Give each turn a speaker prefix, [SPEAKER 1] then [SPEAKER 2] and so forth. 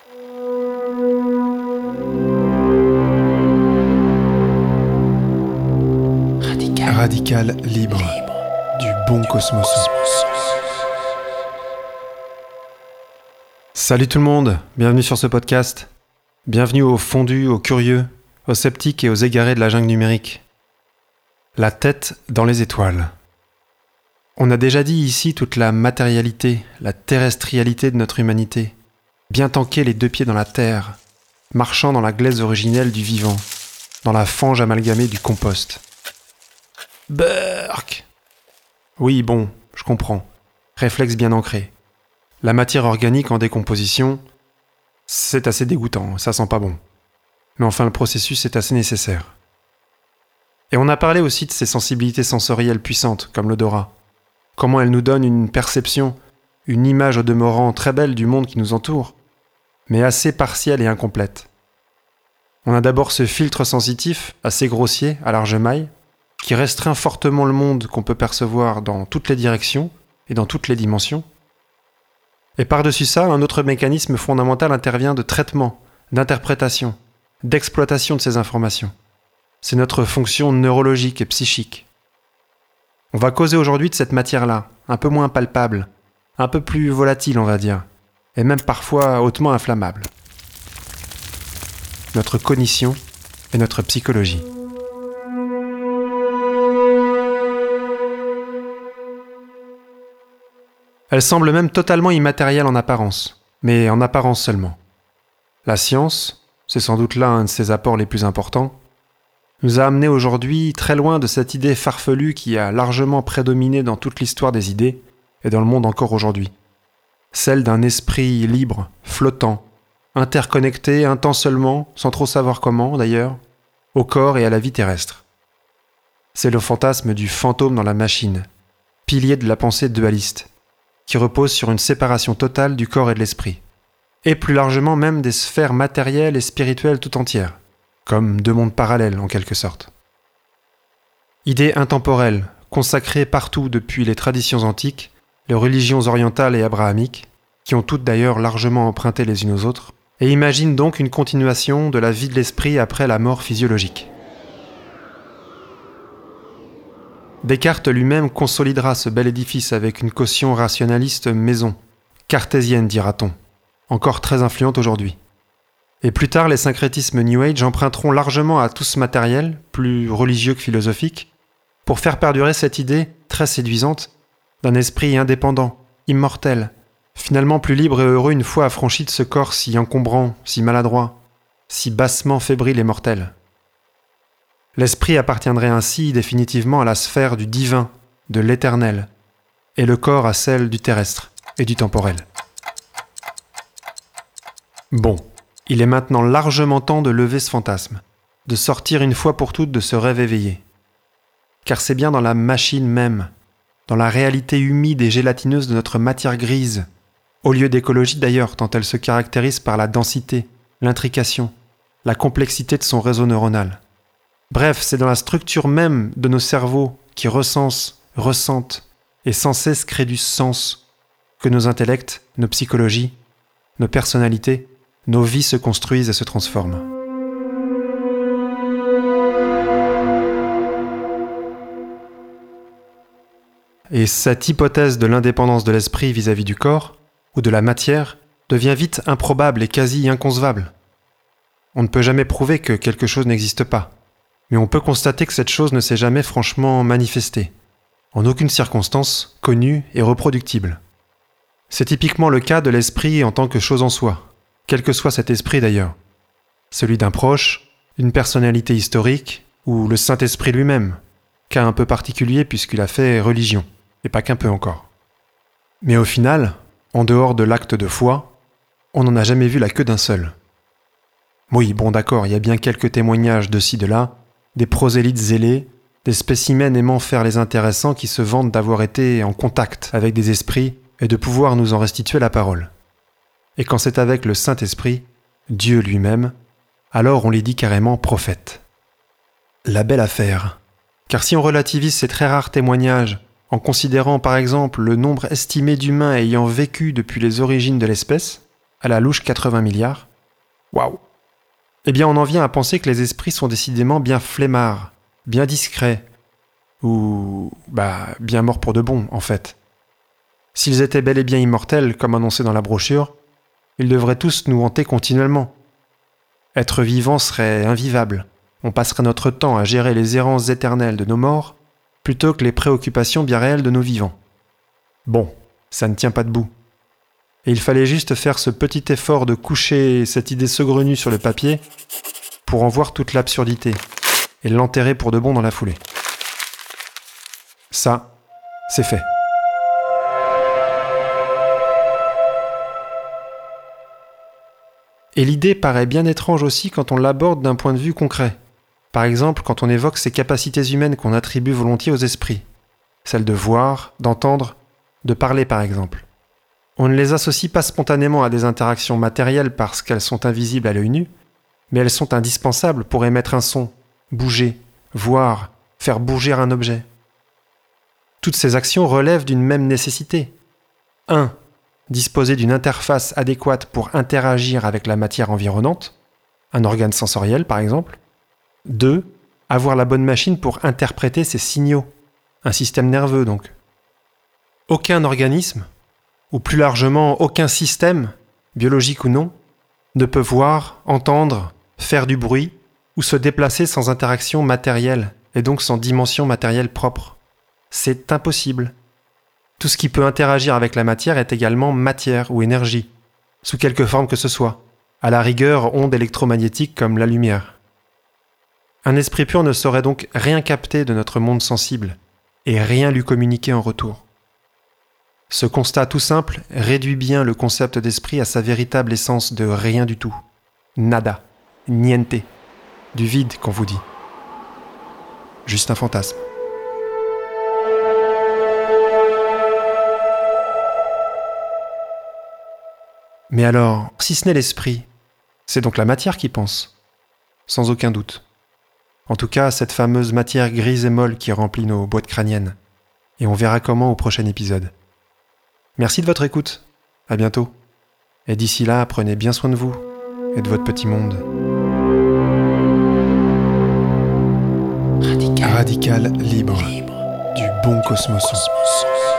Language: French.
[SPEAKER 1] Radical libre, du bon cosmos. Salut tout le monde, bienvenue sur ce podcast. Bienvenue aux fondus, aux curieux, aux sceptiques et aux égarés de la jungle numérique. La tête dans les étoiles. On a déjà dit ici toute la matérialité, la terrestrialité de notre humanité, bien tanker les deux pieds dans la terre, marchant dans la glaise originelle du vivant, dans la fange amalgamée du compost. Burk. Oui, bon, je comprends. Réflexe bien ancré. La matière organique en décomposition, c'est assez dégoûtant, ça sent pas bon. Mais enfin, le processus est assez nécessaire. Et on a parlé aussi de ces sensibilités sensorielles puissantes, comme l'odorat. Comment elles nous donnent une perception, une image au demeurant très belle du monde qui nous entoure, mais assez partielle et incomplète. On a d'abord ce filtre sensitif, assez grossier, à large maille, qui restreint fortement le monde qu'on peut percevoir dans toutes les directions et dans toutes les dimensions. Et par-dessus ça, un autre mécanisme fondamental intervient de traitement, d'interprétation, d'exploitation de ces informations. C'est notre fonction neurologique et psychique. On va causer aujourd'hui de cette matière-là, un peu moins palpable, un peu plus volatile on va dire, et même parfois hautement inflammable. Notre cognition et notre psychologie. Elle semble même totalement immatérielle en apparence, mais en apparence seulement. La science, c'est sans doute là un de ses apports les plus importants, nous a amenés aujourd'hui très loin de cette idée farfelue qui a largement prédominé dans toute l'histoire des idées et dans le monde encore aujourd'hui. Celle d'un esprit libre, flottant, interconnecté un temps seulement, sans trop savoir comment d'ailleurs, au corps et à la vie terrestre. C'est le fantasme du fantôme dans la machine, pilier de la pensée dualiste, qui repose sur une séparation totale du corps et de l'esprit, et plus largement même des sphères matérielles et spirituelles tout entières, comme deux mondes parallèles en quelque sorte. Idée intemporelle, consacrée partout depuis les traditions antiques, les religions orientales et abrahamiques, qui ont toutes d'ailleurs largement emprunté les unes aux autres, et imagine donc une continuation de la vie de l'esprit après la mort physiologique. Descartes lui-même consolidera ce bel édifice avec une caution rationaliste maison, cartésienne dira-t-on, encore très influente aujourd'hui. Et plus tard, les syncrétismes New Age emprunteront largement à tout ce matériel, plus religieux que philosophique, pour faire perdurer cette idée, très séduisante, d'un esprit indépendant, immortel, finalement plus libre et heureux une fois affranchi de ce corps si encombrant, si maladroit, si bassement fébrile et mortel. L'esprit appartiendrait ainsi définitivement à la sphère du divin, de l'éternel, et le corps à celle du terrestre et du temporel. Bon, il est maintenant largement temps de lever ce fantasme, de sortir une fois pour toutes de ce rêve éveillé. Car c'est bien dans la machine même, dans la réalité humide et gélatineuse de notre matière grise, au lieu d'écologie d'ailleurs, tant elle se caractérise par la densité, l'intrication, la complexité de son réseau neuronal. Bref, c'est dans la structure même de nos cerveaux qui recensent, ressentent et sans cesse créent du sens que nos intellects, nos psychologies, nos personnalités, nos vies se construisent et se transforment. Et cette hypothèse de l'indépendance de l'esprit vis-à-vis du corps, ou de la matière, devient vite improbable et quasi inconcevable. On ne peut jamais prouver que quelque chose n'existe pas. Mais on peut constater que cette chose ne s'est jamais franchement manifestée, en aucune circonstance connue et reproductible. C'est typiquement le cas de l'esprit en tant que chose en soi, quel que soit cet esprit d'ailleurs. Celui d'un proche, d'une personnalité historique, ou le Saint-Esprit lui-même, cas un peu particulier puisqu'il a fait religion, et pas qu'un peu encore. Mais au final, en dehors de l'acte de foi, on n'en a jamais vu la queue d'un seul. Oui, bon d'accord, il y a bien quelques témoignages de ci, de là, des prosélytes zélés, des spécimens aimant faire les intéressants qui se vantent d'avoir été en contact avec des esprits et de pouvoir nous en restituer la parole. Et quand c'est avec le Saint-Esprit, Dieu lui-même, alors on les dit carrément prophètes. La belle affaire. Car si on relativise ces très rares témoignages, en considérant par exemple le nombre estimé d'humains ayant vécu depuis les origines de l'espèce, À la louche 80 milliards. Waouh! Eh bien, on en vient à penser que les esprits sont décidément bien flemmards, bien discrets, ou bien morts pour de bon, en fait. S'ils étaient bel et bien immortels, comme annoncé dans la brochure, ils devraient tous nous hanter continuellement. Être vivant serait invivable. On passerait notre temps à gérer les errances éternelles de nos morts, plutôt que les préoccupations bien réelles de nos vivants. Bon, ça ne tient pas debout. Et il fallait juste faire ce petit effort de coucher cette idée saugrenue sur le papier pour en voir toute l'absurdité et l'enterrer pour de bon dans la foulée. Ça, c'est fait. Et l'idée paraît bien étrange aussi quand on l'aborde d'un point de vue concret. Par exemple, quand on évoque ces capacités humaines qu'on attribue volontiers aux esprits. Celles de voir, d'entendre, de parler par exemple. On ne les associe pas spontanément à des interactions matérielles parce qu'elles sont invisibles à l'œil nu, mais elles sont indispensables pour émettre un son, bouger, voir, faire bouger un objet. Toutes ces actions relèvent d'une même nécessité. 1. Disposer d'une interface adéquate pour interagir avec la matière environnante, un organe sensoriel par exemple. 2. Avoir la bonne machine pour interpréter ces signaux, un système nerveux donc. Aucun organisme, ou plus largement aucun système, biologique ou non, ne peut voir, entendre, faire du bruit ou se déplacer sans interaction matérielle et donc sans dimension matérielle propre. C'est impossible. Tout ce qui peut interagir avec la matière est également matière ou énergie, sous quelque forme que ce soit, à la rigueur onde électromagnétique comme la lumière. Un esprit pur ne saurait donc rien capter de notre monde sensible et rien lui communiquer en retour. Ce constat tout simple réduit bien le concept d'esprit à sa véritable essence de rien du tout. Nada, niente, du vide qu'on vous dit. Juste un fantasme. Mais alors, si ce n'est l'esprit, c'est donc la matière qui pense, sans aucun doute. En tout cas, cette fameuse matière grise et molle qui remplit nos boîtes crâniennes. Et on verra comment au prochain épisode. Merci de votre écoute. À bientôt. Et d'ici là, prenez bien soin de vous et de votre petit monde. Radical libre. Du bon cosmos.